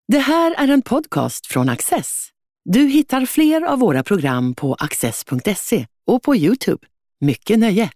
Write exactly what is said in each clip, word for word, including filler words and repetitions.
Det här är en podcast från Access. Du hittar fler av våra program på access punkt se och på YouTube. Mycket nöje!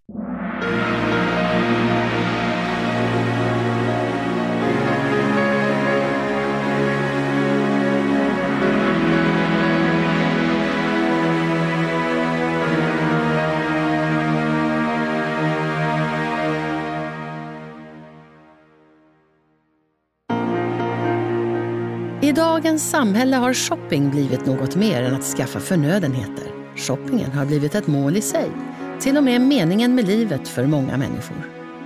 I dagens samhälle har shopping blivit något mer än att skaffa förnödenheter. Shoppingen har blivit ett mål i sig, till och med meningen med livet för många människor.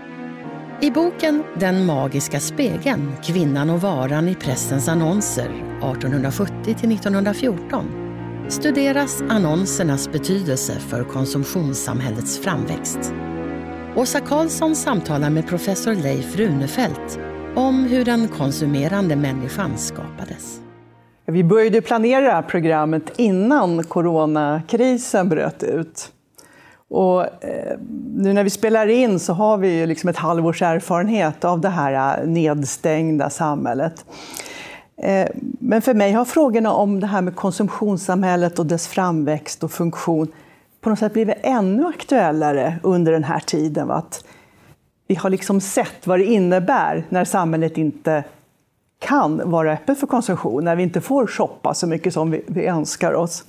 I boken Den magiska spegeln, kvinnan och varan i pressens annonser arton sjuttio till nittonhundrafjorton studeras annonsernas betydelse för konsumtionssamhällets framväxt. Åsa Karlsson samtalar med professor Leif Runefelt om hur den konsumerande människan skapades. Vi började planera programmet innan coronakrisen bröt ut. Och eh, nu när vi spelar in så har vi ju liksom ett halvårs erfarenhet av det här nedstängda samhället. Eh, men för mig har frågorna om det här med konsumtionssamhället och dess framväxt och funktion på något sätt blivit ännu aktuellare under den här tiden. Va? Att vi har liksom sett vad det innebär när samhället inte kan vara öppet för konsumtion, när vi inte får shoppa så mycket som vi, vi önskar oss.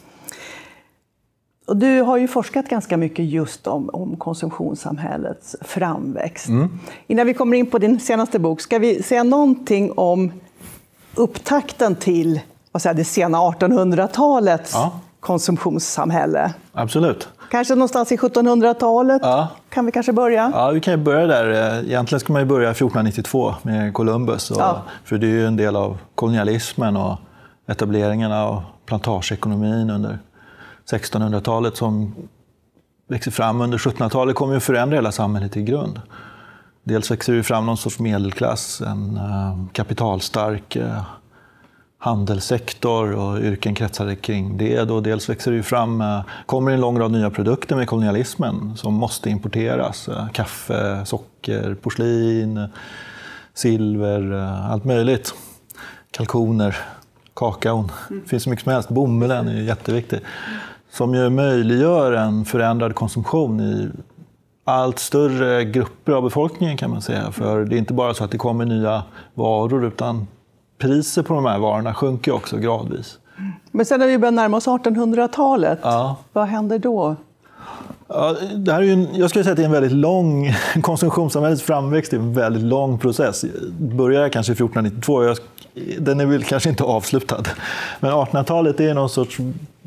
Och du har ju forskat ganska mycket just om, om konsumtionssamhällets framväxt. Mm. Innan vi kommer in på din senaste bok, ska vi säga någonting om upptakten till vad säger, det sena artonhundratalets ja. konsumtionssamhälle? Absolut. Kanske någonstans i sjuttonhundratalet ja. kan vi kanske börja? Ja, vi kan ju börja där. Egentligen ska man ju börja fjortonhundranittiotvå med Columbus. Och, ja. För det är ju en del av kolonialismen och etableringen av plantageekonomin under sextonhundratalet som växer fram under sjuttonhundratalet kommer ju att förändra hela samhället i grund. Dels växer det fram någon sorts medelklass, en uh, kapitalstark uh, handelssektor och yrken kretsade kring det. Då dels växer det fram, uh, kommer en lång rad nya produkter med kolonialismen som måste importeras. Uh, kaffe, socker, porslin, silver, uh, allt möjligt. Kalkoner, kakaon. Mm. Det finns så mycket som helst. Bomullen är jätteviktig. Som ju möjliggör en förändrad konsumtion i allt större grupper av befolkningen kan man säga. För det är inte bara så att det kommer nya varor utan priser på de här varorna sjunker också gradvis. Men sen när vi börjar närma oss artonhundratalet, ja. vad händer då? Ja, det här är ju en, jag skulle säga att det är en väldigt lång konsumtionssamhällets framväxt, det är en väldigt lång process. Börjar kanske fjortonhundranittiotvå, jag, den är väl kanske inte avslutad. Men artonhundratalet är någon sorts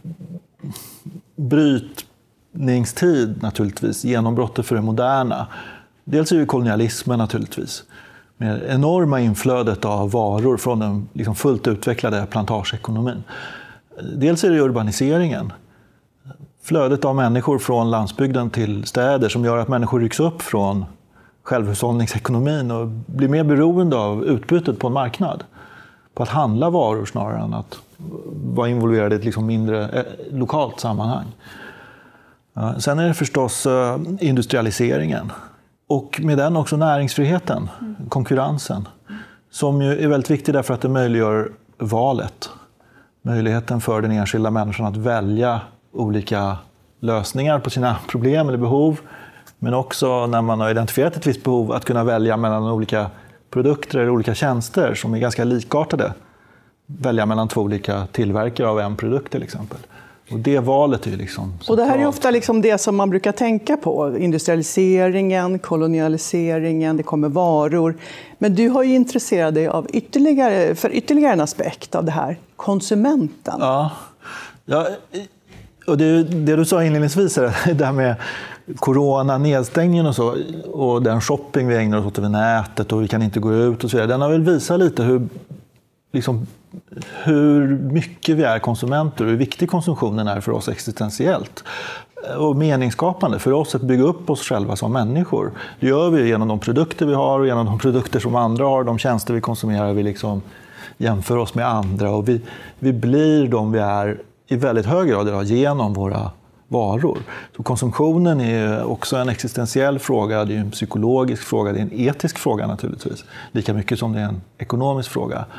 brytningstid naturligtvis, genombrottet för det moderna. Dels är ju kolonialismen naturligtvis, med enorma inflödet av varor från den liksom fullt utvecklade plantageekonomin. Dels är det urbaniseringen. Flödet av människor från landsbygden till städer som gör att människor rycks upp från självhushållningsekonomin och blir mer beroende av utbytet på en marknad. På att handla varor snarare än att vara involverade i ett liksom mindre eh, lokalt sammanhang. Uh, sen är det förstås uh, industrialiseringen. Och med den också näringsfriheten, mm. konkurrensen. Som ju är väldigt viktig därför att det möjliggör valet. Möjligheten för den enskilda människan att välja olika lösningar på sina problem eller behov. Men också när man har identifierat ett visst behov att kunna välja mellan olika produkter eller olika tjänster som är ganska likartade. Välja mellan två olika tillverkare av en produkt till exempel. Och det valet är ju liksom... Och det här är ofta liksom det som man brukar tänka på. Industrialiseringen, kolonialiseringen, det kommer varor. Men du har ju intresserat dig av ytterligare, för ytterligare en aspekt av det här. Konsumenten. Ja, ja och det, det du sa inledningsvis är det här med corona, nedstängningen och så. Och den shopping vi ägnar oss åt över nätet och vi kan inte gå ut och så vidare. Den har väl visat lite hur... Liksom, hur mycket vi är konsumenter och hur viktig konsumtionen är för oss existentiellt och meningsskapande för oss att bygga upp oss själva som människor. Det gör vi genom de produkter vi har och genom de produkter som andra har, de tjänster vi konsumerar, vi liksom jämför oss med andra och vi, vi blir de vi är i väldigt hög grad idag genom våra varor. Så konsumtionen är också en existentiell fråga, det är en psykologisk fråga, det är en etisk fråga naturligtvis, lika mycket som det är en ekonomisk fråga.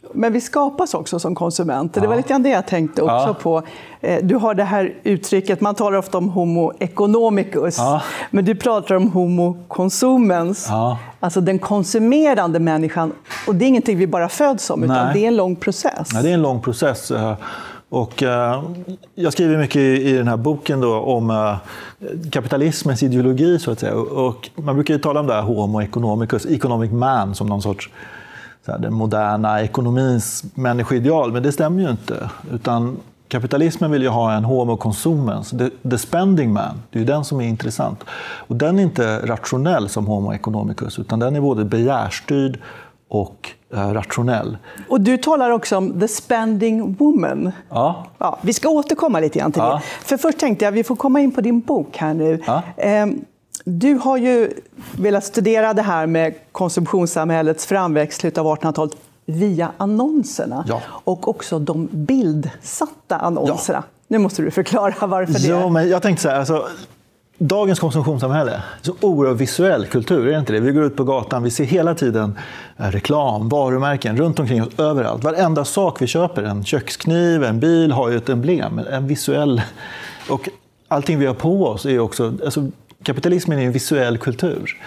Men vi skapas också som konsumenter. Ja. Det var lite grann det jag tänkte också ja. på. Du har det här uttrycket, man talar ofta om homo economicus, ja. men du pratar om homo consumens. Ja. Alltså den konsumerande människan. Och det är ingenting vi bara föds om, utan Nej. det är en lång process. Ja, det är en lång process. Och uh, jag skriver mycket i, i den här boken då om uh, kapitalismens ideologi, så att säga. Och man brukar ju tala om det här homo economicus, economic man, som någon sorts så här, den moderna ekonomins människoideal. Men det stämmer ju inte. Utan kapitalismen vill ju ha en homo consumens, the, the spending man. Det är ju den som är intressant. Och den är inte rationell som homo economicus, utan den är både begärstyrd och eh, rationell. Och du talar också om the spending woman. Ja. Ja, vi ska återkomma lite grann till ja. det. För först tänkte jag, vi får komma in på din bok här nu. Ja. Ehm, du har ju velat studera det här med konsumtionssamhällets framväxt av artonhundratalet via annonserna. Ja. Och också de bildsatta annonserna. Ja. Nu måste du förklara varför det ja, men jag tänkte så här, alltså, dagens konsumtionssamhälle, så oerhört visuell kultur, är det inte det? Vi går ut på gatan, vi ser hela tiden reklam, varumärken runt omkring oss, överallt. Varenda sak vi köper, en kökskniv, en bil, har ju ett emblem, en visuell. Och allting vi har på oss är också, alltså, kapitalismen är en visuell kultur.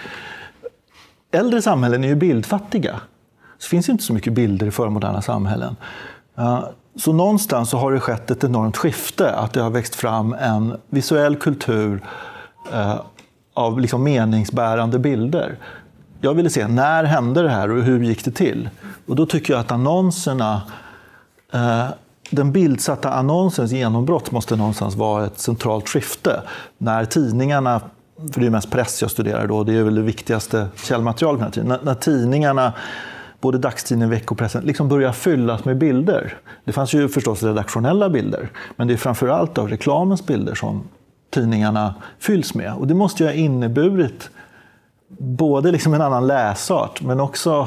Äldre samhällen är ju bildfattiga. Så finns inte så mycket bilder i förmoderna samhällen. Så någonstans så har det skett ett enormt skifte, att det har växt fram en visuell kultur eh, av liksom meningsbärande bilder. Jag ville se, när hände det här och hur gick det till? Och då tycker jag att annonserna, eh, den bildsatta annonsens genombrott måste någonstans vara ett centralt skifte. När tidningarna, för det är mest press jag studerar då, det är väl det viktigaste källmaterialet den här tiden. När, när tidningarna, både dagstidningen och veckopressen, liksom börjar fyllas med bilder. Det fanns ju förstås redaktionella bilder, men det är framförallt av reklamens bilder som tidningarna fylls med. Och det måste ju ha inneburit både liksom en annan läsart, men också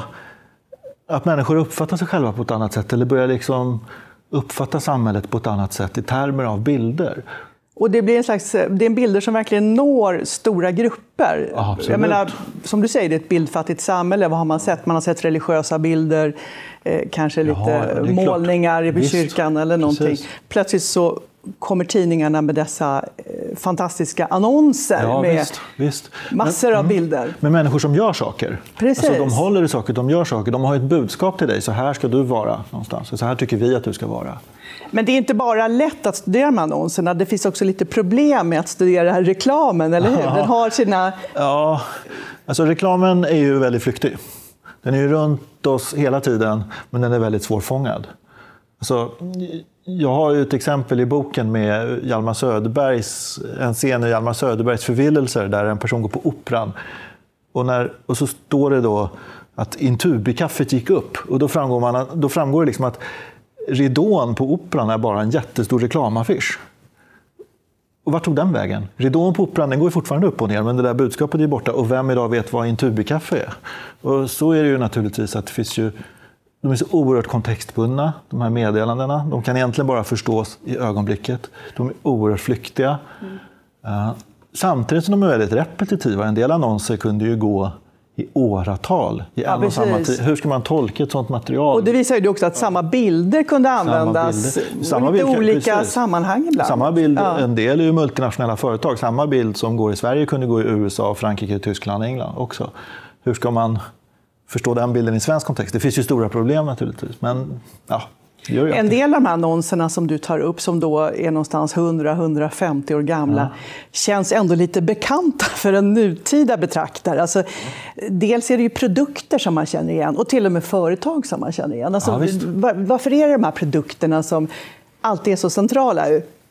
att människor uppfattar sig själva på ett annat sätt, eller börjar liksom uppfatta samhället på ett annat sätt i termer av bilder. Och det blir en slags, det är en bilder som verkligen når stora grupper. Ja, jag menar, som du säger, det är ett bildfattigt samhälle. Vad har man sett? Man har sett religiösa bilder, eh, kanske lite Jaha, målningar i Visst. kyrkan eller någonting. Precis. Plötsligt så kommer tidningarna med dessa eh, fantastiska annonser ja, med visst, visst. massor men, av bilder. Men människor som gör saker. Precis. Alltså, de håller i saker, de gör saker. De har ett budskap till dig. Så här ska du vara någonstans. Så här tycker vi att du ska vara. Men det är inte bara lätt att studera med annonserna. Det finns också lite problem med att studera reklamen, eller hur? Den har sina... Ja, alltså reklamen är ju väldigt flyktig. Den är ju runt oss hela tiden, men den är väldigt svårfångad. Alltså, jag har ju ett exempel i boken med Hjalmar Söderbergs, en scen i Hjalmar Söderbergs Förvillelser, där en person går på operan. Och, när, och så står det då att Intubi-kaffet gick upp. Och då framgår, man, då framgår det liksom att ridån på operan är bara en jättestor reklamaffisch. Och vart tog den vägen? Ridån på operan, den går ju fortfarande upp och ner, men det där budskapet är borta. Och vem idag vet vad Intubi-kaffe är? Och så är det ju naturligtvis att det finns ju, de är så oerhört kontextbundna, de här meddelandena. De kan egentligen bara förstås i ögonblicket. De är oerhört flyktiga. Mm. Uh, samtidigt som de är väldigt repetitiva. En del annonser kunde ju gå i åratal i en ja, och samma tid. Hur ska man tolka ett sånt material? Och det visar ju också att samma bilder kunde användas samma bilder. Samma bild, i olika precis. sammanhang ibland. Samma bild, ja. En del är ju multinationella företag. Samma bild som går i Sverige kunde gå i U S A, Frankrike, Tyskland och England också. Hur ska man förstå den bilden i svensk kontext? Det finns ju stora problem naturligtvis, men ja, det gör ju en del av de här annonserna som du tar upp, som då är någonstans hundra till hundrafemtio år gamla, ja. känns ändå lite bekanta för en nutida betraktare. Alltså, dels är det ju produkter som man känner igen, och till och med företag som man känner igen. Alltså, ja, var, varför är det de här produkterna som alltid är så centrala?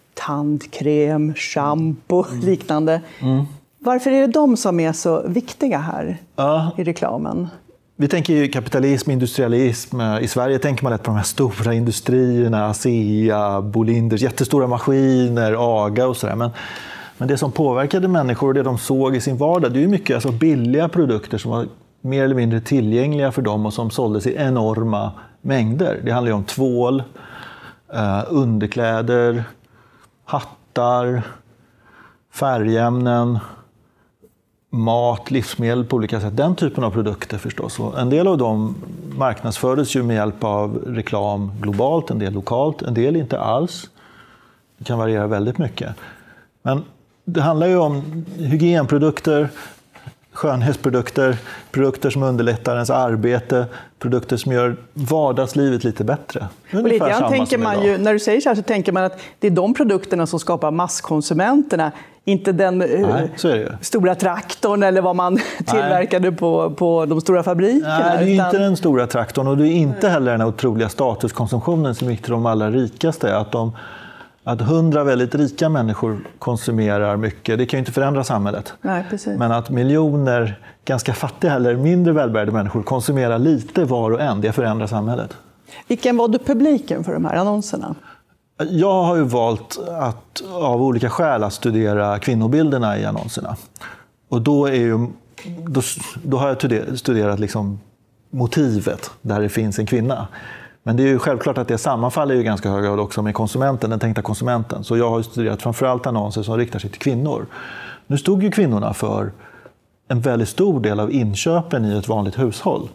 Tandkräm, shampoo, mm. liknande. Mm. Varför är det de som är så viktiga här ja. i reklamen? Vi tänker ju kapitalism, industrialism. I Sverige tänker man lätt på de här stora industrierna, ASEA, Bolinders, jättestora maskiner, AGA och sådär. Men, men det som påverkade människor och det de såg i sin vardag, det är ju mycket alltså billiga produkter som var mer eller mindre tillgängliga för dem och som såldes i enorma mängder. Det handlar ju om tvål, eh, underkläder, hattar, färgämnen, mat, livsmedel på olika sätt. Den typen av produkter förstås. Och en del av dem marknadsfördes ju med hjälp av reklam globalt, en del lokalt, en del inte alls. Det kan variera väldigt mycket. Men det handlar ju om hygienprodukter, skönhetsprodukter, produkter som underlättar ens arbete, produkter som gör vardagslivet lite bättre. Och lite grann tänker man ju, när du säger så här så tänker man att det är de produkterna som skapar masskonsumenterna, inte den Nej, så är det ju. Stora traktorn eller vad man tillverkade på, på de stora fabrikerna. Nej, det är utan... inte den stora traktorn och det är inte heller den otroliga statuskonsumtionen som gick till de allra rikaste. Att de Att hundra väldigt rika människor konsumerar mycket, det kan ju inte förändra samhället. Nej, precis. Men att miljoner ganska fattiga eller mindre välbärgade människor konsumerar lite var och en, det förändrar samhället. Vilken var du publiken för de här annonserna? Jag har ju valt att av olika skäl att studera kvinnobilderna i annonserna. Och då, är ju, då, då har jag studerat liksom motivet där det finns en kvinna. Men det är ju självklart att det sammanfaller ju ganska hög grad också med konsumenten, den tänkta konsumenten. Så jag har studerat framförallt annonser som riktar sig till kvinnor. Nu stod ju kvinnorna för en väldigt stor del av inköpen i ett vanligt hushåll.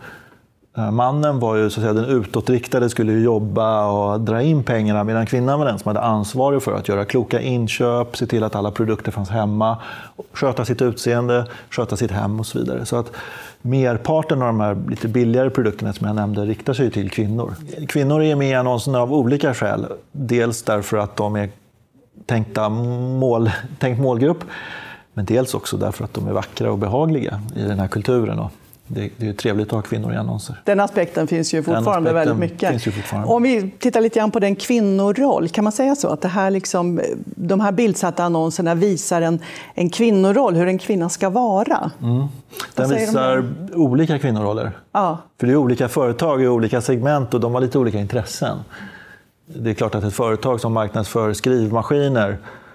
Mannen var ju så att säga den utåtriktade, skulle ju jobba och dra in pengarna, medan kvinnan var den som hade ansvar för att göra kloka inköp, se till att alla produkter fanns hemma, sköta sitt utseende, sköta sitt hem och så vidare. Så att merparten av de här lite billigare produkterna som jag nämnde riktar sig till kvinnor. Kvinnor är med i annonserna av olika skäl. Dels därför att de är tänkta mål, tänkt målgrupp, men dels också därför att de är vackra och behagliga i den här kulturen. Det, det är trevligt att ha kvinnor i annonser. Den aspekten finns ju fortfarande väldigt mycket. Finns ju fortfarande. Om vi tittar lite grann på den kvinnoroll, kan man säga så? Att det här liksom, de här bildsatta annonserna visar en, en kvinnoroll, hur en kvinna ska vara? Mm. Den visar de olika kvinnoroller. Ja. För det är olika företag i olika segment och de har lite olika intressen. Det är klart att ett företag som marknadsför skrivmaskiner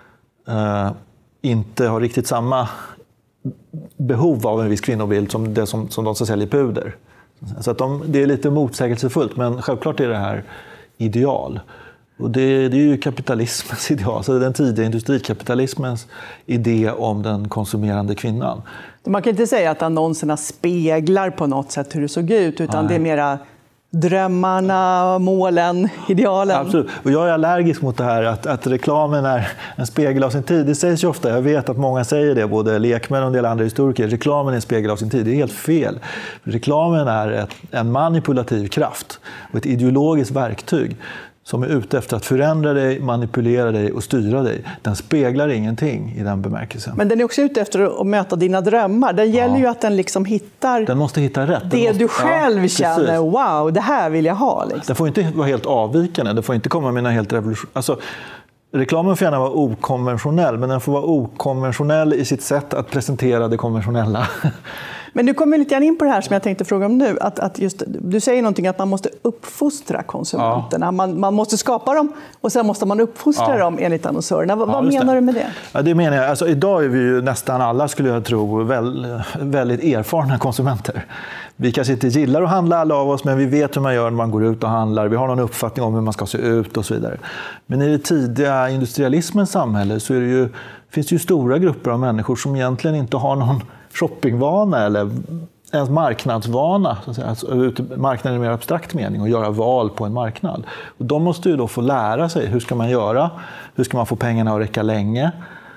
eh, inte har riktigt samma behov av en viss kvinnobild som det som, som de som säljer puder. Så att de, det är lite motsägelsefullt, men självklart är det här ideal. Och det, det är ju kapitalismens ideal, så den tidiga industrikapitalismens idé om den konsumerande kvinnan. Man kan inte säga att annonserna speglar på något sätt hur det såg ut, utan Nej. Det är mera drömmarna, målen, idealen. Absolut. Och jag är allergisk mot det här att, att reklamen är en spegel av sin tid. Det sägs ju ofta, jag vet att många säger det, både lekmän och en del andra historiker. Reklamen är en spegel av sin tid. Det är helt fel. Reklamen är ett, en manipulativ kraft och ett ideologiskt verktyg som är ute efter att förändra dig, manipulera dig och styra dig. Den speglar ingenting i den bemärkelsen. Men den är också ute efter att möta dina drömmar. Den gäller ja. ju att den liksom hittar, den måste hitta rätt. Den det måste, du själv ja, känner, precis. wow, det här vill jag ha. Liksom. Den får inte vara helt avvikande, den får inte komma med en helt revolution. Alltså, reklamen får gärna vara okonventionell, men den får vara okonventionell i sitt sätt att presentera det konventionella. Men du kommer lite grann in på det här som jag tänkte fråga om nu. Att, att just, du säger någonting att man måste uppfostra konsumenterna. Ja. Man, man måste skapa dem och sen måste man uppfostra ja. dem enligt annonsörerna. Vad, ja, vad menar det. du med det? Ja, det menar jag. Alltså, idag är vi ju nästan alla, skulle jag tro, väl, väldigt erfarna konsumenter. Vi kanske inte gillar att handla alla av oss, men vi vet hur man gör när man går ut och handlar. Vi har någon uppfattning om hur man ska se ut och så vidare. Men i det tidiga industrialismens samhälle så är det ju, finns det ju stora grupper av människor som egentligen inte har någon shoppingvana eller ens marknadsvana, så att säga. Alltså, marknaden i mer abstrakt mening, och göra val på en marknad. Och de måste ju då få lära sig hur ska man göra, hur ska man få pengarna att räcka länge.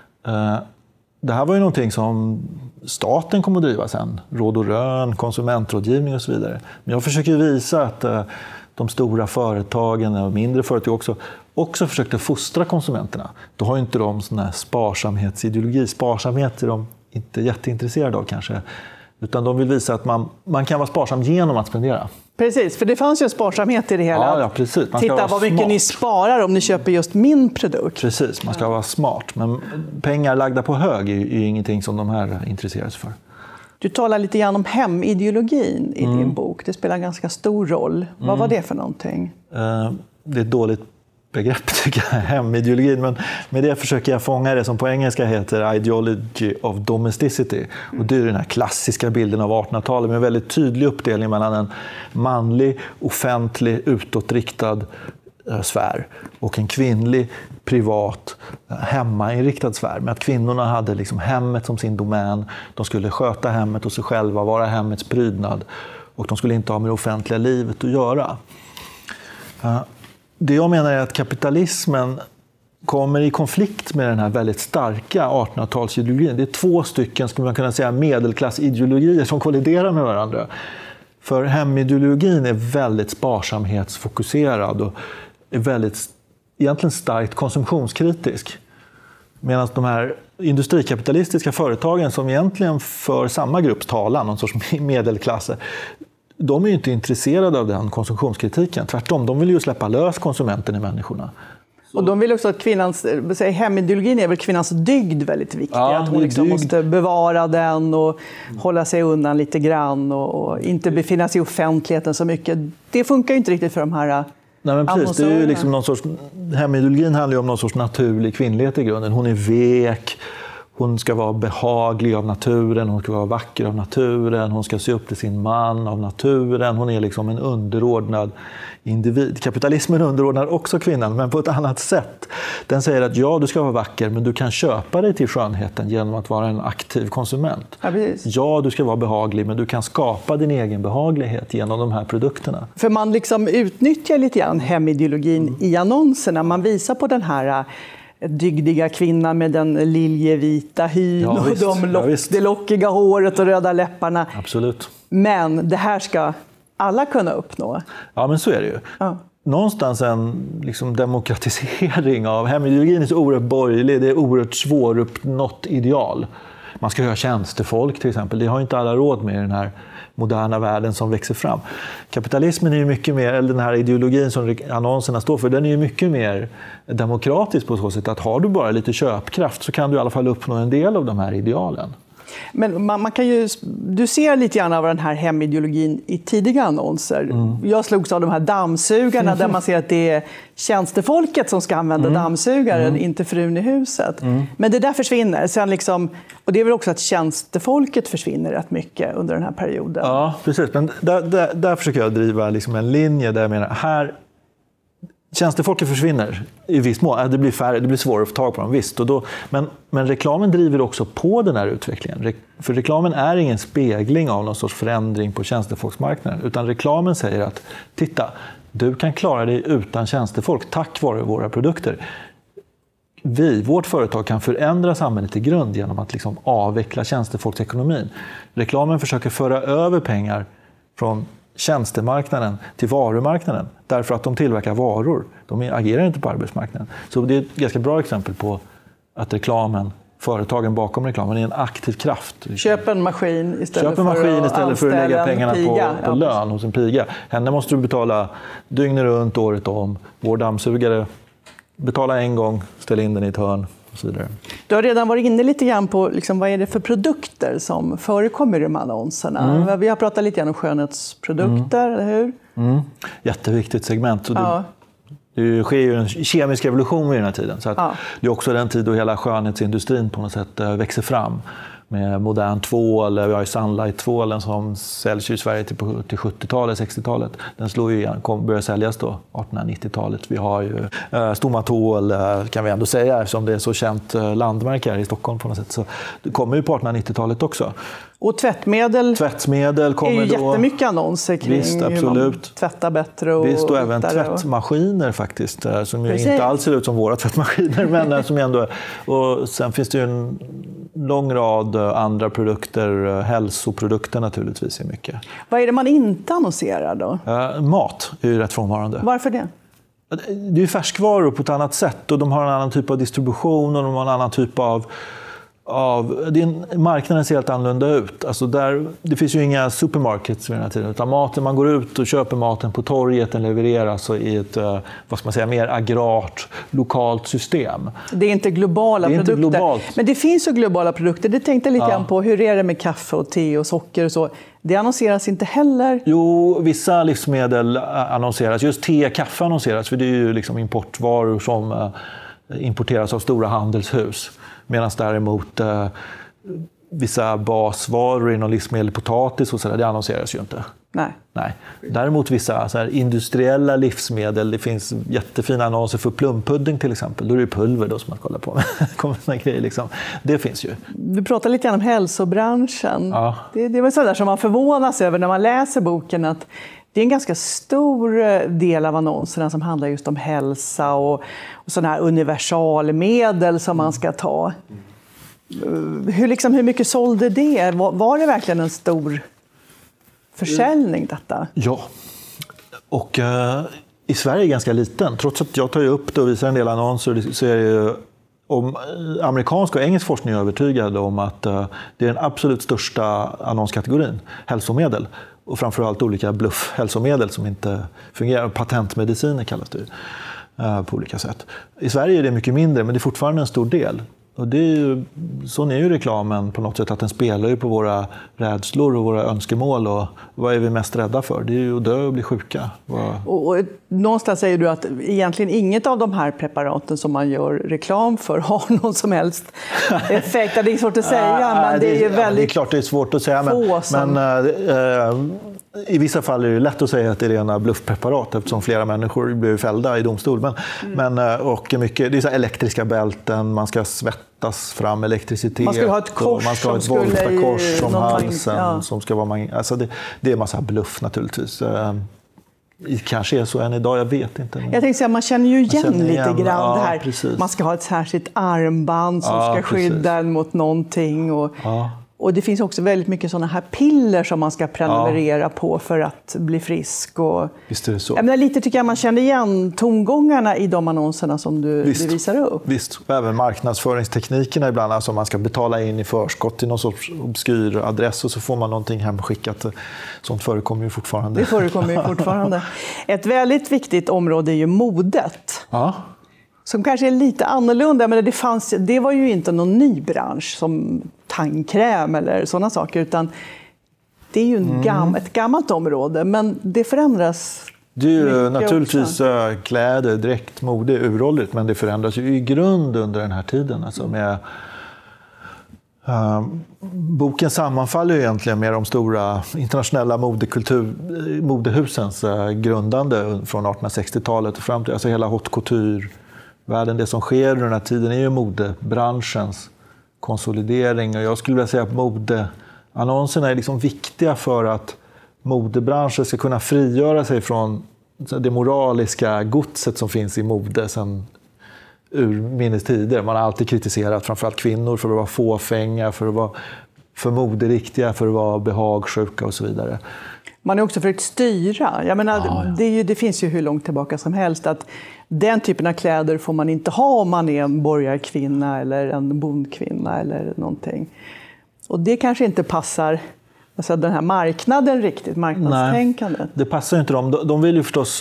Det här var ju någonting som staten kommer att driva sen, råd och rön, konsumentrådgivning och så vidare. Men jag försöker visa att de stora företagen och mindre företag också, också försökte fostra konsumenterna. Då har ju inte de sån här sparsamhetsideologi, sparsamhet är de inte jätteintresserade av kanske. Utan de vill visa att man, man kan vara sparsam genom att spendera. Precis, för det fanns ju en sparsamhet i det hela. Ja, ja, precis. Man ska Titta vad mycket smart. Ni sparar om ni köper just min produkt. Precis, man ska ja. vara smart. Men pengar lagda på hög är ju ingenting som de här intresserar sig för. Du talar lite grann om hemideologin i mm. din bok. Det spelar en ganska stor roll. Vad mm. var det för någonting? Uh, det är ett dåligt begrepp tycker jag, hemideologin. Men med det försöker jag fånga det som på engelska heter ideology of domesticity. Och det är den här klassiska bilden av artonhundratalet med en väldigt tydlig uppdelning mellan en manlig, offentlig, utåtriktad sfär och en kvinnlig, privat, hemmainriktad sfär. Med att kvinnorna hade liksom hemmet som sin domän. De skulle sköta hemmet och sig själva, vara hemmets prydnad. Och de skulle inte ha med det offentliga livet att göra. Det jag menar är att kapitalismen kommer i konflikt med den här väldigt starka artonhundratalsideologin. Det är två stycken, skulle man kunna säga, medelklassideologier som kolliderar med varandra. För hemideologin är väldigt sparsamhetsfokuserad och är väldigt, egentligen starkt konsumtionskritisk. Medan de här industrikapitalistiska företagen som egentligen för samma grupps talan, någon sorts medelklass, de är ju inte intresserade av den konsumtionskritiken. Tvärtom, de vill ju släppa lös konsumenten i människorna. Och de vill också att kvinnans, hemideologin är väl kvinnans dygd väldigt viktig. Ja, att hon liksom måste bevara den och mm. hålla sig undan lite grann och, och inte befinna sig i offentligheten så mycket. Det funkar ju inte riktigt för de här. Nej, men precis. Det är ju liksom någon sorts, hemideologin handlar ju om någon sorts naturlig kvinnlighet i grunden. Hon är vek. Hon ska vara behaglig av naturen, hon ska vara vacker av naturen, hon ska se upp till sin man av naturen. Hon är liksom en underordnad individ. Kapitalismen underordnar också kvinnan, men på ett annat sätt. Den säger att ja, du ska vara vacker, men du kan köpa dig till skönheten genom att vara en aktiv konsument. Ja, ja, du ska vara behaglig, men du kan skapa din egen behaglighet genom de här produkterna. För man liksom utnyttjar lite grann hemideologin mm. i annonserna. Man visar på den här dygdiga kvinnan med den liljevita hyn ja, och de lock, ja, det lockiga håret och röda läpparna. Absolut. Men det här ska alla kunna uppnå. Ja, men så är det ju. Ja. Någonstans en liksom, demokratisering av hemideologin är så oerhört borgerlig. Det är oerhört svåruppnått ideal. Man ska ha tjänstefolk till exempel. Det har inte alla råd med i den här moderna världen som växer fram. Kapitalismen är ju mycket mer, eller den här ideologin som annonserna står för, den är ju mycket mer demokratisk på så sätt att har du bara lite köpkraft så kan du i alla fall uppnå en del av de här idealen. Men man, man kan ju, du ser lite grann av den här hemideologin i tidiga annonser. Mm. Jag slogs av de här dammsugarna mm. där man ser att det är tjänstefolket som ska använda mm. dammsugaren, mm. inte frun i huset. Mm. Men det där försvinner. Sen liksom, och det är väl också att tjänstefolket försvinner rätt mycket under den här perioden. Ja, precis. Men där, där, där försöker jag driva liksom en linje där jag menar, här tjänstefolket försvinner i viss mån. Det blir färre, det blir svårare att få tag på dem, visst. Och då, men, men reklamen driver också på den här utvecklingen. För reklamen är ingen spegling av någon sorts förändring på tjänstefolksmarknaden. Utan reklamen säger att, titta, du kan klara dig utan tjänstefolk tack vare våra produkter. Vi, vårt företag, kan förändra samhället i grund genom att liksom avveckla tjänstefolksekonomin. Reklamen försöker föra över pengar från tjänstemarknaden till varumarknaden därför att de tillverkar varor. De agerar inte på arbetsmarknaden. Så det är ett ganska bra exempel på att reklamen, företagen bakom reklamen är en aktiv kraft. Köp en maskin istället, Köp en maskin för, istället att för att lägga pengarna på, på ja. lön hos en piga. Henne måste du betala dygnet runt, året om. Vår dammsugare, betala en gång, ställ in den i ett hörn. Du har redan varit inne lite grann på liksom, vad är det för produkter som förekommer i de här annonserna. Mm. Vi har pratat lite grann om skönhetsprodukter, mm. eller hur? Mm. Jätteviktigt segment. Och det, ja. det sker ju en kemisk revolution i den här tiden. Så att ja. Det är också den tid då hela skönhetsindustrin på något sätt växer fram. Med modern tvål, vi har ju Sunlight-tvålen som säljs i Sverige till, till sjuttiotalet, sextiotalet. Den slår ju igen, kom, börjar säljas då, artonhundranittiotalet. Vi har ju eh, Stomatol, eh, kan vi ändå säga, eftersom det är så känt eh, landmärke här i Stockholm på något sätt. Så det kommer ju på artonhundranittiotalet också. Och tvättmedel, tvättmedel kommer är ju då, jättemycket annonser kring visst, absolut. Hur man tvättar bättre. Och visst, och även och... tvättmaskiner faktiskt, som ju inte alls ser ut som våra tvättmaskiner. men som ändå, och sen finns det ju en lång rad andra produkter, hälsoprodukter naturligtvis är mycket. Vad är det man inte annonserar då? Uh, mat är ju rätt frånvarande. Varför det? Det är ju färskvaror på ett annat sätt och de har en annan typ av distribution och de har en annan typ av Av, din, marknaden ser helt annorlunda ut. Alltså där, det finns ju inga supermarkets vid den här tiden. Utan maten, man går ut och köper maten på torget, den levereras i ett vad ska man säga, mer agrart, lokalt system. Det är inte globala det är produkter. Inte globalt. Men det finns ju globala produkter. Det tänkte jag lite grann ja. på. Hur är det med kaffe och te och socker och så? Det annonseras inte heller. Jo, vissa livsmedel annonseras. Just te och kaffe annonseras. För det är ju liksom importvaror som importeras av stora handelshus. Medan däremot eh, vissa basvaror inom livsmedel, potatis och sådär, det annonseras ju inte. Nej. Nej. Däremot vissa så här, industriella livsmedel, det finns jättefina annonser för plumpudding till exempel. Då är det pulver då som man kollar på. Kommer grejer, liksom. Det finns ju. Du pratar lite grann om hälsobranschen. Ja. Det, det är väl sådär som man förvånas över när man läser boken, att det är en ganska stor del av annonserna som handlar just om hälsa och, och sådana här universalmedel som man ska ta. Hur, liksom, hur mycket sålde det? Var, var det verkligen en stor försäljning detta? Ja, och eh, i Sverige är ganska liten. Trots att jag tar upp det och visar en del annonser, så är det ju, om amerikansk och engelsk forskning är övertygade om att eh, det är den absolut största annonskategorin, hälsomedel. Och framförallt olika bluff-hälsomedel som inte fungerar. Patentmediciner kallas det eh, på olika sätt. I Sverige är det mycket mindre, men det är fortfarande en stor del. Och det är ju, sån är ju reklamen på något sätt, att den spelar ju på våra rädslor och våra önskemål. Och vad är vi mest rädda för? Det är ju att dö och bli sjuka. Och, och någonstans säger du att egentligen inget av de här preparaten som man gör reklam för har någon som helst effekt. Det är svårt att säga, ja, men det är ju väldigt... Det är klart det är svårt att säga, men, som... men äh, i vissa fall är det lätt att säga att det är rena bluffpreparat eftersom flera människor blir fällda i domstol. Men, mm. men, och mycket, det är så elektriska bälten, man ska svettas fram elektricitet. Man ska ha ett kors, man ska ha ett Volta-kors om halsen. Ja. Som ska vara, alltså det, det är en massa bluff naturligtvis. Det kanske är så än idag, jag vet inte. Jag tänkte säga, man känner ju igen känner lite igen. grann ja, det här. Precis. Man ska ha ett särskilt armband som ja, ska skydda en mot någonting. Och... Ja. Och det finns också väldigt mycket sådana här piller som man ska prenumerera ja. på för att bli frisk. Och, visst är det så. Jag menar, lite tycker jag man känner igen tongångarna i de annonserna som du, du visar upp. Visst, och även marknadsföringsteknikerna ibland. Alltså man ska betala in i förskott till någon sorts obskyr adress och så får man någonting hemskickat. Sånt förekommer ju fortfarande. Det förekommer ju fortfarande. Ett väldigt viktigt område är ju modet. Ja. Som kanske är lite annorlunda, men det, fanns, det var ju inte någon ny bransch som tandkräm eller sådana saker, utan det är ju en gam, mm. ett gammalt område, men det förändras. Det är ju naturligtvis också. Kläder, dräkt, mode är uråldrigt, men det förändras ju i grund under den här tiden. Alltså med, uh, boken sammanfaller ju egentligen med de stora internationella modekultur, modehusens uh, grundande från artonhundrasextiotalet och fram till alltså hela haute couture. Världen, det som sker under den här tiden är ju modebranschens konsolidering. Och jag skulle vilja säga att modeannonserna är liksom viktiga för att modebranschen ska kunna frigöra sig från det moraliska godset som finns i mode sedan urminnes tider. Man har alltid kritiserat framförallt kvinnor för att vara fåfänga, för att vara för moderiktiga, för att vara behagsjuka och så vidare. Man har också försökt styra. Jag menar, ja, ja. Det, är ju, det finns ju hur långt tillbaka som helst att den typen av kläder får man inte ha om man är en borgarkvinna eller en bondkvinna eller någonting. Och det kanske inte passar alltså den här marknaden riktigt, marknadstänkandet. Nej, det passar inte dem. De vill ju förstås...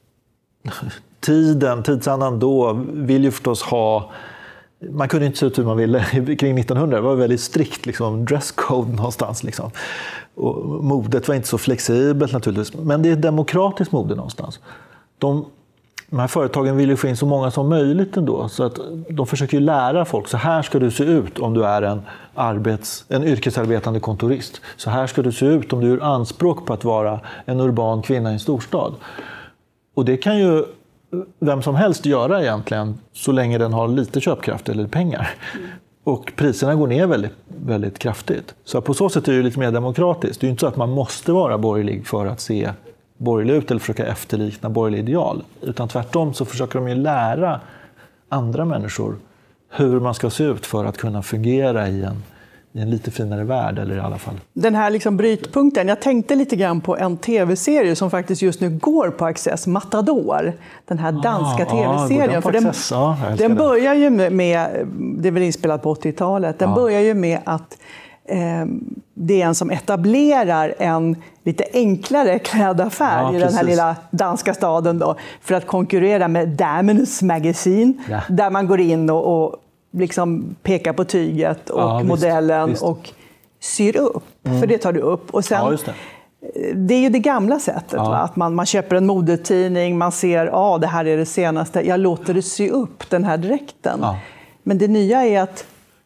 Tiden, tidsandan då vill ju förstås ha... Man kunde inte se ut hur man ville kring nittonhundra. Det var väldigt strikt liksom, dresscode någonstans. Liksom. Och modet var inte så flexibelt naturligtvis. Men det är ett demokratiskt mode någonstans. De, de här företagen vill ju få in så många som möjligt ändå. Så att de försöker ju lära folk. Så här ska du se ut om du är en, arbets, en yrkesarbetande kontorist. Så här ska du se ut om du gör anspråk på att vara en urban kvinna i en storstad. Och det kan ju vem som helst göra egentligen så länge den har lite köpkraft eller pengar. Mm. Och priserna går ner väldigt, väldigt kraftigt. Så på så sätt är det lite mer demokratiskt. Det är ju inte så att man måste vara borgerlig för att se borgerlig ut eller försöka efterlikna borgerlig ideal. Utan tvärtom så försöker de ju lära andra människor hur man ska se ut för att kunna fungera i en, i en lite finare värld, eller i alla fall. Den här liksom brytpunkten, jag tänkte lite grann på en tv-serie som faktiskt just nu går på Access, Matador. Den här danska ah, tv-serien. Ah, för den, ah, den börjar ju med, det är väl inspelat på åttiotalet, den ah. börjar ju med att eh, det är en som etablerar en lite enklare klädaffär ja, i den här lilla danska staden då, för att konkurrera med Damernes Magasin, ja. Där man går in och, och liksom pekar på tyget och ja, modellen visst, visst. Och syr upp. Mm. För det tar du upp. Och sen, ja, just det. Det är ju det gamla sättet. Ja. Va? Att man, man köper en modetidning, man ser att ah, det här är det senaste. Jag låter det sy upp den här dräkten. Ja. Men det nya är att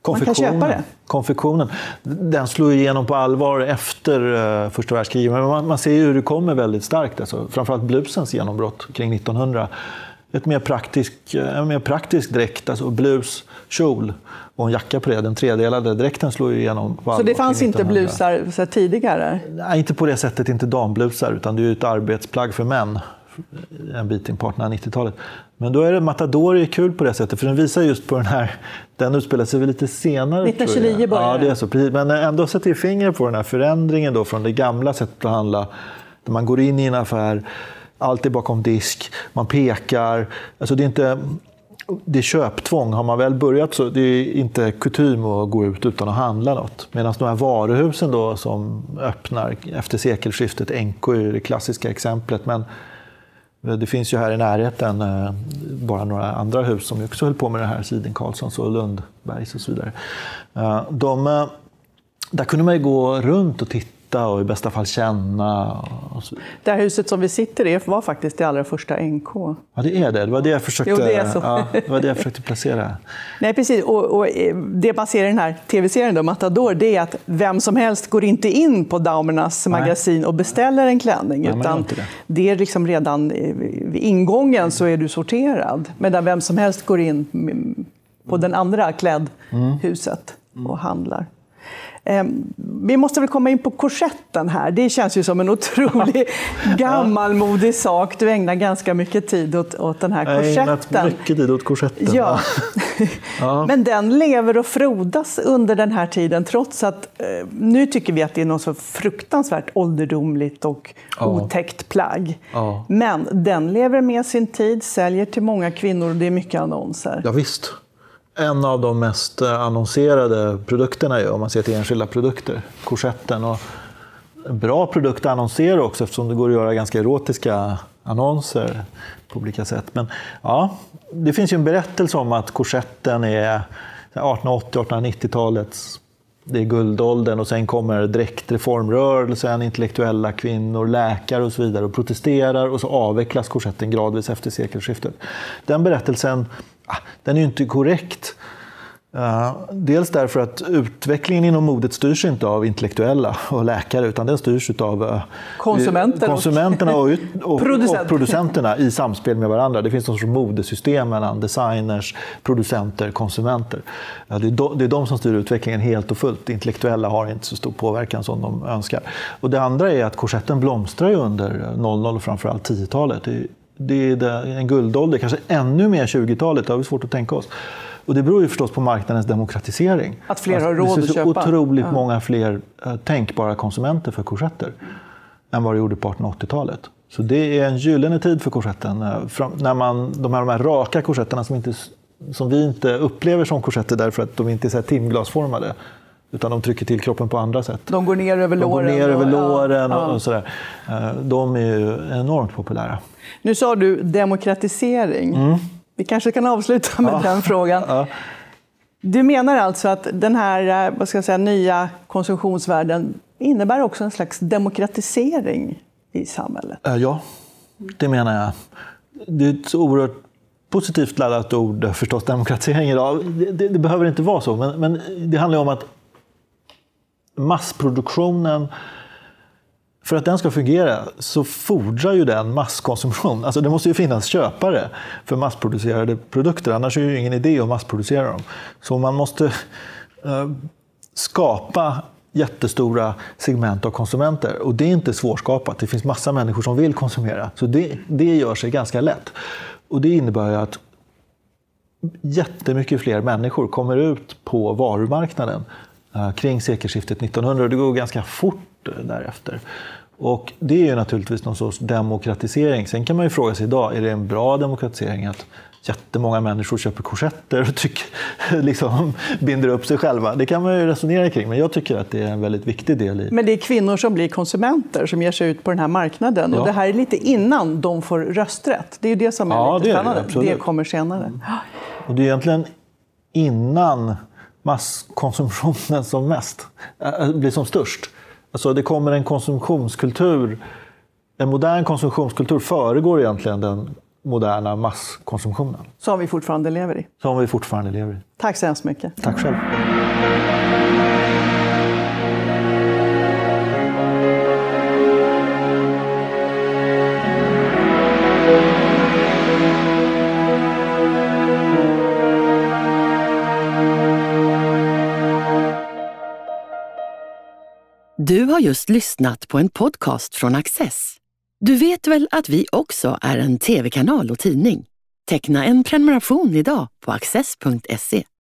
man kan köpa det. Konfektionen, den slår igenom på allvar efter uh, första världskriget. Men man, man ser ju hur det kommer väldigt starkt. Alltså, framförallt blusens genombrott kring nittonhundra. Ett mer praktisk, en mer praktisk dräkt, alltså blus, kjol och en jacka på det. Den tredelade dräkten slår ju igenom på allvar. Så det fanns inte blusar så tidigare? Nej, inte på det sättet, inte damblusar, utan det är ju ett arbetsplagg för män en bit in på artonhundranittiotalet. Men då är det Matador är kul på det sättet, för den visar just på den här, den utspelar sig väl lite senare. nittonhundratjugonio började. Ja, det är så, precis. Men ändå sätter ju fingret på den här förändringen då från det gamla sättet att handla, där man går in i en affär, allt är bakom disk, man pekar, alltså det är inte, det är köptvång. Har man väl börjat så det är inte kutym att gå ut utan att handla något. Medan de här varuhusen då som öppnar efter sekelskiftet, N K är det klassiska exemplet, men det finns ju här i närheten bara några andra hus som också höll på med det här, Siden Karlssons och Lundbergs och så vidare. De, där kunde man ju gå runt och titta och i bästa fall känna. Och så. Det här huset som vi sitter i var faktiskt det allra första N K. Ja, det är det. Det var det jag försökte, jo, det är så. Ja, det var det jag försökte placera. Nej, precis. Och, och det man ser i den här tv-serien då, Matador, det är att vem som helst går inte in på Daumernas magasin och beställer en klänning. Nej, utan det. det är liksom redan vid ingången så är du sorterad. Medan vem som helst går in på den andra klädhuset mm. och handlar. Vi måste väl komma in på korsetten här. Det känns ju som en otroligt gammalmodig sak. Du ägnar ganska mycket tid åt, åt den här korsetten. Jag har ägnat mycket tid åt korsetten. Ja. Ja. Men den lever och frodas under den här tiden, trots att eh, nu tycker vi att det är något så fruktansvärt ålderdomligt och ja. otäckt plagg. Ja. Men den lever med sin tid, säljer till många kvinnor och det är mycket annonser. Ja, visst. En av de mest annonserade produkterna är, om man ser till enskilda produkter, korsetten. Och en bra produkt att annonsera också, eftersom det går att göra ganska erotiska annonser på olika sätt. Men ja, det finns ju en berättelse om att korsetten är artonhundraåttio artonhundranittio-talets, det är guldåldern, och sen kommer dräktreformrörelsen, intellektuella kvinnor, läkare och så vidare och protesterar, och så avvecklas korsetten gradvis efter sekelskiftet. Den berättelsen, den är ju inte korrekt. Uh, dels därför att utvecklingen inom modet styrs inte av intellektuella och läkare, utan den styrs av uh, Konsumenter konsumenterna och, och, Producent. och producenterna i samspel med varandra. Det finns någon sorts modesystem mellan designers, producenter, konsumenter. Uh, det, är de, det är de som styr utvecklingen helt och fullt. Intellektuella har inte så stor påverkan som de önskar. Och det andra är att korsetten blomstrar ju under noll noll och framförallt tio-talet. Det, det är en guldålder, kanske ännu mer tjugotalet, det har vi svårt att tänka oss. Och det beror ju förstås på marknadens demokratisering. Att fler har råd att köpa. Det är otroligt ja. många fler uh, tänkbara konsumenter för korsetter än vad det gjorde på artonhundraåttio-talet. Så det är en gyllene tid för korsetten. Uh, fram, när man, de, här, de här raka korsetterna som, inte, som vi inte upplever som korsetter därför att de inte är så här timglasformade, utan de trycker till kroppen på andra sätt. De går ner över låren. De går ner över och, låren ja, och, och sådär. Uh, de är ju enormt populära. Nu sa du demokratisering. Mm. Vi kanske kan avsluta med ja. den frågan. Ja. Du menar alltså att den här, vad ska jag säga, nya konsumtionsvärlden innebär också en slags demokratisering i samhället? Ja, det menar jag. Det är ett oerhört positivt laddat ord förstås, demokratisering idag. Det, det, det behöver inte vara så, men, men det handlar om att massproduktionen, för att den ska fungera så fordrar ju den masskonsumtion. Alltså det måste ju finnas köpare för massproducerade produkter. Annars är det ju ingen idé att massproducera dem. Så man måste eh, skapa jättestora segment av konsumenter. Och det är inte svårskapat. Det finns massa människor som vill konsumera. Så det, det gör sig ganska lätt. Och det innebär ju att jättemycket fler människor kommer ut på varumarknaden eh, kring sekelskiftet nittonhundra. Och det går ganska fort därefter. Och det är ju naturligtvis någon sorts demokratisering. Sen kan man ju fråga sig idag, är det en bra demokratisering att jättemånga människor köper korsetter och tycker, liksom, binder upp sig själva? Det kan man ju resonera kring, men jag tycker att det är en väldigt viktig del i... Men det är kvinnor som blir konsumenter som ger sig ut på den här marknaden. Ja. Och det här är lite innan de får rösträtt. Det är ju det som är ja, lite det spännande. Är det, det kommer senare. Mm. Och det är egentligen innan masskonsumtionen som mest äh, blir som störst. Alltså det kommer en konsumtionskultur, en modern konsumtionskultur föregår egentligen den moderna masskonsumtionen. Som vi fortfarande lever i. Som vi fortfarande lever i. Tack så hemskt mycket. Tack själv. Du har just lyssnat på en podcast från Access. Du vet väl att vi också är en tv-kanal och tidning? Teckna en prenumeration idag på access punkt se.